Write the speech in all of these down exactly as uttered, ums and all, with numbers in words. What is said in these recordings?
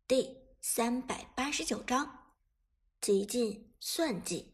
第三百八十九章极尽算计。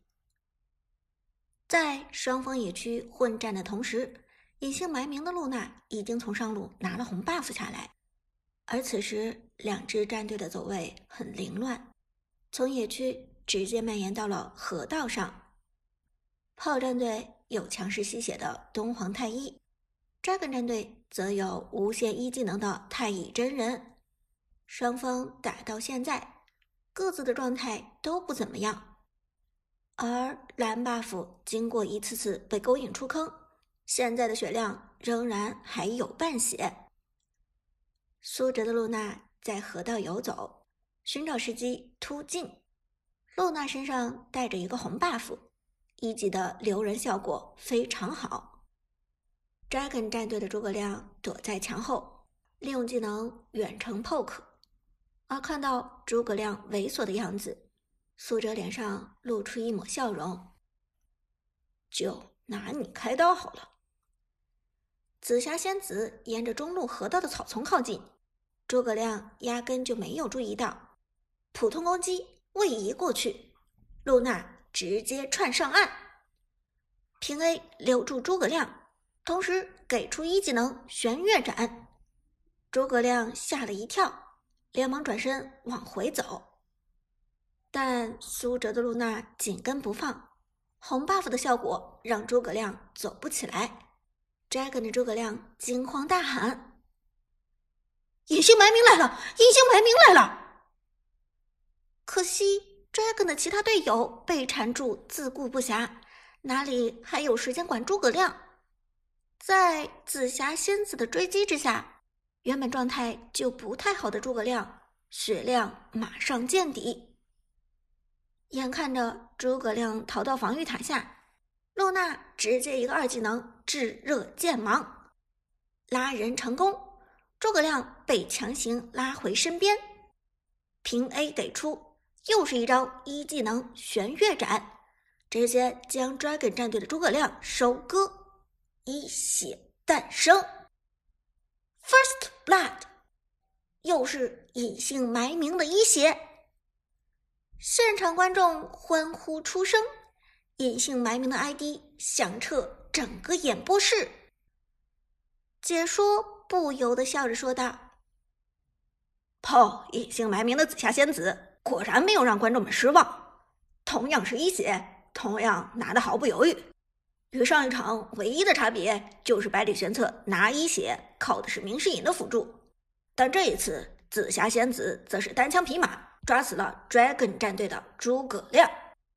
在双方野区混战的同时，隐姓埋名的露娜已经从上路拿了红 buff 下来，而此时两支战队的走位很凌乱，从野区直接蔓延到了河道上。炮战队有强势吸血的东皇太一， Dragon 战队则有无限一技能的太乙真人。双方打到现在，各自的状态都不怎么样，而蓝 buff 经过一次次被勾引出坑，现在的血量仍然还有半血。苏哲的露娜在河道游走，寻找时机突进。露娜身上带着一个红 buff， 一级的留人效果非常好。Dragon 战队的诸葛亮躲在墙后，利用技能远程 poke。而看到诸葛亮猥琐的样子，苏哲脸上露出一抹笑容，就拿你开刀好了。紫霞仙子沿着中路河道的草丛靠近，诸葛亮压根就没有注意到，普通攻击位移过去，露娜直接窜上岸，平 A 留住诸葛亮，同时给出一技能玄月斩。诸葛亮吓了一跳，连忙转身往回走，但苏哲的露娜紧跟不放，红 buff 的效果让诸葛亮走不起来。Dragon 的诸葛亮惊慌大喊：隐姓埋名来了，隐姓埋名来了！可惜 Dragon 的其他队友被缠住自顾不暇，哪里还有时间管诸葛亮？在紫霞仙子的追击之下，原本状态就不太好的诸葛亮血量马上见底。眼看着诸葛亮逃到防御塔下，露娜直接一个二技能炙热剑芒拉人成功，诸葛亮被强行拉回身边，平 A 给出，又是一招一技能玄月斩，直接将 Dragon 战队的诸葛亮收割，一血诞生。First Blood， 又是隐姓埋名的一血，现场观众欢呼出声，隐姓埋名的 I D 响彻整个演播室。解说不由得笑着说道：炮隐姓埋名的紫霞仙子果然没有让观众们失望，同样是一血，同样拿得毫不犹豫。与上一场唯一的差别就是百里玄策拿一血靠的是明世隐的辅助，但这一次紫霞仙子则是单枪匹马抓死了 Dragon 战队的诸葛亮。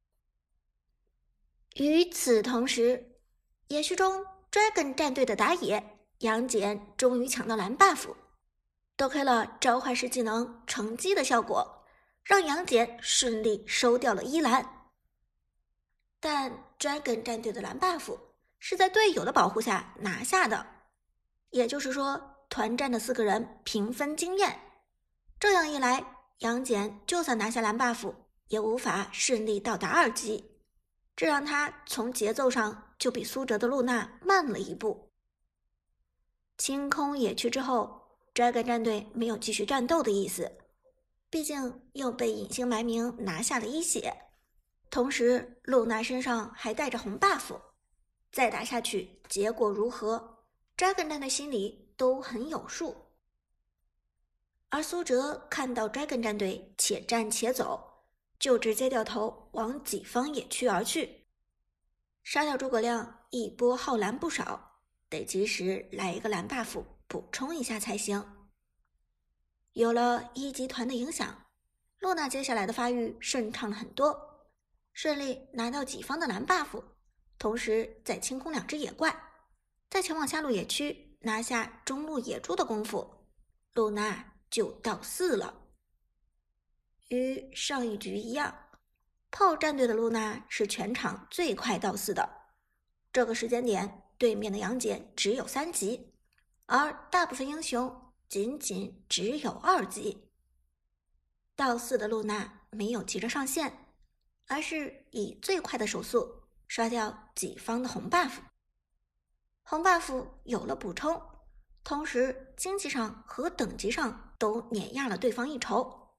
与此同时，野区中 Dragon 战队的打野杨戬终于抢到蓝 buff， 多亏了召唤师技能乘机的效果，让杨戬顺利收掉了一蓝。但 Dragon 战队的蓝 buff 是在队友的保护下拿下的，也就是说团战的四个人平分经验。这样一来，杨戬就算拿下蓝 buff 也无法顺利到达二级，这让他从节奏上就比苏哲的露娜慢了一步。清空野区之后， Dragon 战队没有继续战斗的意思，毕竟又被隐姓埋名拿下了一血，同时露娜身上还带着红 buff， 再打下去结果如何， Dragon 战队心里都很有数。而苏哲看到 Dragon 战队且战且走，就直接掉头往己方野区而去。杀掉诸葛亮一波耗蓝不少，得及时来一个蓝 buff 补充一下才行。有了一级团的影响，露娜接下来的发育顺畅了很多，顺利拿到己方的蓝 buff， 同时再清空两只野怪，再前往下路野区拿下中路野猪的功夫，露娜就到四了。与上一局一样，炮战队的露娜是全场最快到四的。这个时间点，对面的杨戬只有三级，而大部分英雄仅仅只有二级。到四的露娜没有急着上线，而是以最快的手速刷掉己方的红 buff。红 buff 有了补充，同时经济上和等级上都碾压了对方一筹，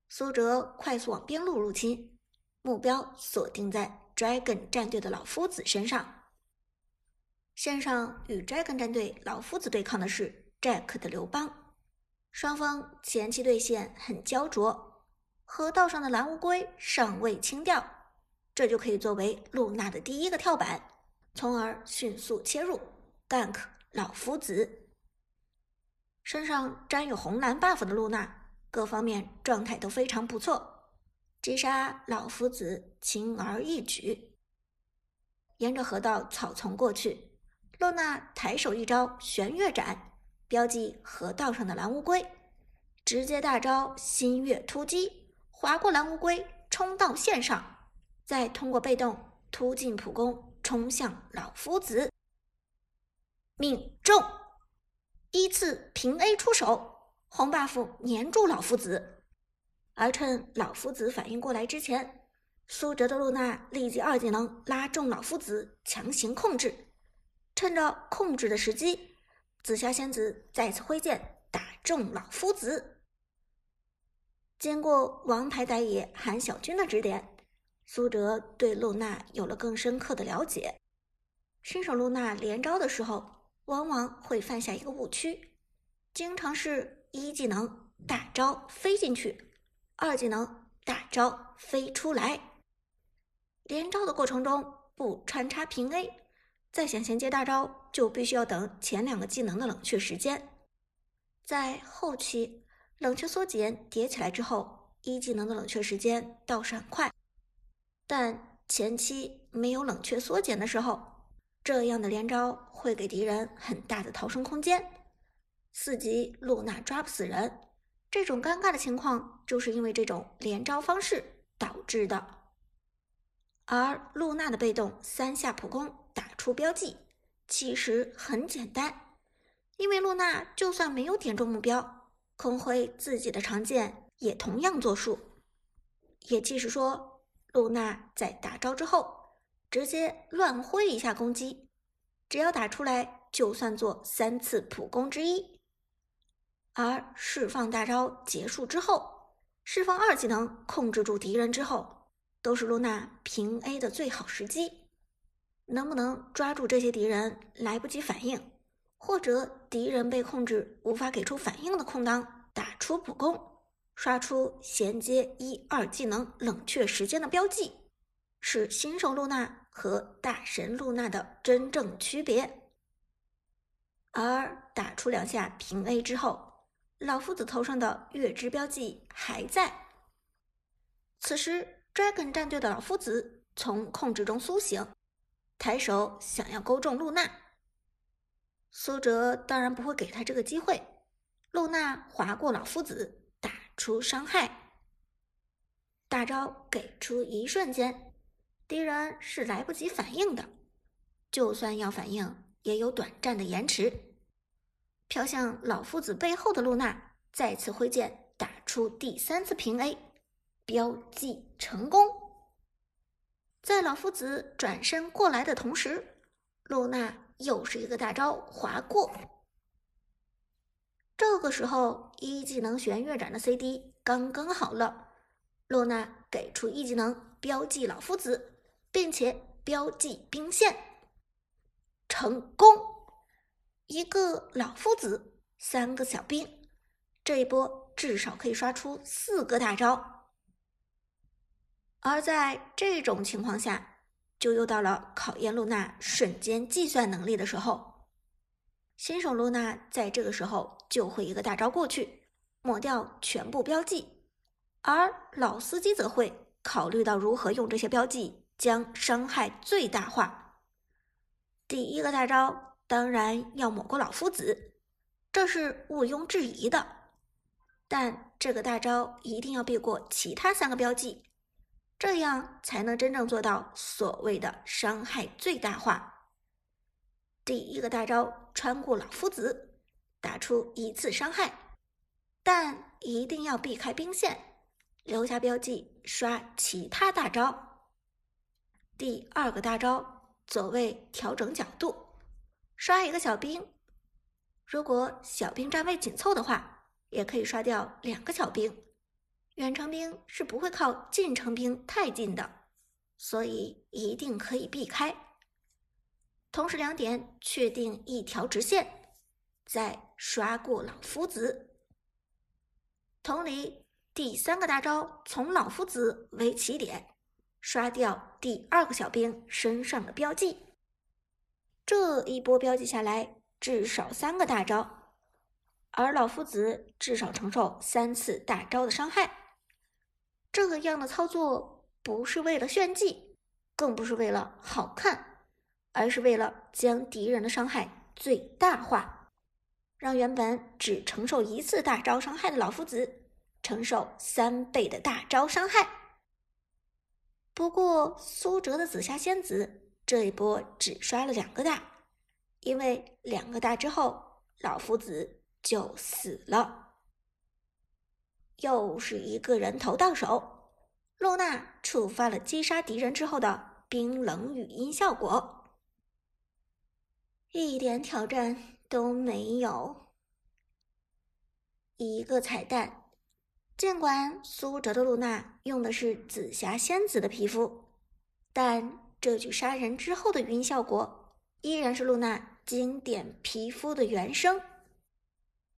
苏哲快速往边路入侵，目标锁定在 Dragon 战队的老夫子身上。线上与 Dragon 战队老夫子对抗的是 Jack 的刘邦，双方前期对线很焦灼，河道上的蓝乌龟尚未清掉，这就可以作为露娜的第一个跳板，从而迅速切入 gank 老夫子。身上沾有红蓝 buff 的露娜各方面状态都非常不错，击杀老夫子轻而易举。沿着河道草丛过去，露娜抬手一招玄月斩，标记河道上的蓝乌龟，直接大招新月突击，划过蓝乌龟冲到线上，再通过被动突进普攻冲向老夫子，命中！依次平 A 出手，红 buff 黏住老夫子。而趁老夫子反应过来之前，苏哲的露娜立即二技能拉中老夫子，强行控制。趁着控制的时机，紫霞仙子再次挥剑打中老夫子。经过王牌打野韩小军的指点，苏哲对露娜有了更深刻的了解。新手露娜连招的时候，往往会犯下一个误区，经常是一技能大招飞进去，二技能大招飞出来。连招的过程中不穿插平 A， 再想衔接大招就必须要等前两个技能的冷却时间。在后期冷却缩减叠起来之后，一技能的冷却时间倒是很快，但前期没有冷却缩减的时候，这样的连招会给敌人很大的逃生空间，四级露娜抓不死人。这种尴尬的情况就是因为这种连招方式导致的。而露娜的被动三下普攻打出标记其实很简单，因为露娜就算没有点中目标，空挥自己的长剑也同样作数。也即是说，露娜在打招之后直接乱挥一下攻击，只要打出来就算做三次普攻之一。而释放大招结束之后，释放二技能控制住敌人之后，都是露娜平 A 的最好时机。能不能抓住这些敌人来不及反应，或者敌人被控制无法给出反应的空当，打出普攻，刷出衔接一二技能冷却时间的标记，是新手露娜和大神露娜的真正区别。而打出两下平 A 之后，老夫子头上的月之标记还在。此时 Dragon 战队的老夫子从控制中苏醒，抬手想要勾中露娜。苏哲当然不会给他这个机会，露娜划过老夫子，打出伤害。大招给出一瞬间，敌人是来不及反应的，就算要反应也有短暂的延迟。飘向老夫子背后的露娜再次挥剑打出第三次平 A， 标记成功。在老夫子转身过来的同时，露娜又是一个大招划过。这个时候一技能玄月斩的 C D 刚刚好了，露娜给出一技能标记老夫子，并且标记兵线，成功！一个老夫子，三个小兵，这一波至少可以刷出四个大招。而在这种情况下，就又到了考验露娜瞬间计算能力的时候。新手露娜在这个时候就会一个大招过去，抹掉全部标记，而老司机则会考虑到如何用这些标记将伤害最大化。第一个大招当然要抹过老夫子，这是毋庸置疑的，但这个大招一定要避过其他三个标记，这样才能真正做到所谓的伤害最大化。第一个大招穿过老夫子，打出一次伤害，但一定要避开兵线，留下标记刷其他大招。第二个大招左位调整角度，刷一个小兵，如果小兵站位紧凑的话，也可以刷掉两个小兵， 远程兵是不会靠近程兵太近的，所以一定可以避开。同时两点确定一条直线，再刷过老夫子。同理，第三个大招从老夫子为起点，刷掉第二个小兵身上的标记。这一波标记下来，至少三个大招，而老夫子至少承受三次大招的伤害。这样的操作不是为了炫技，更不是为了好看，而是为了将敌人的伤害最大化，让原本只承受一次大招伤害的老夫子承受三倍的大招伤害。不过苏哲的紫霞仙子这一波只刷了两个大，因为两个大之后老夫子就死了。又是一个人头到手，露娜触发了击杀敌人之后的冰冷语音效果，一点挑战都没有。一个彩蛋，尽管苏哲的露娜用的是紫霞仙子的皮肤，但这句杀人之后的语音效果依然是露娜经典皮肤的原声。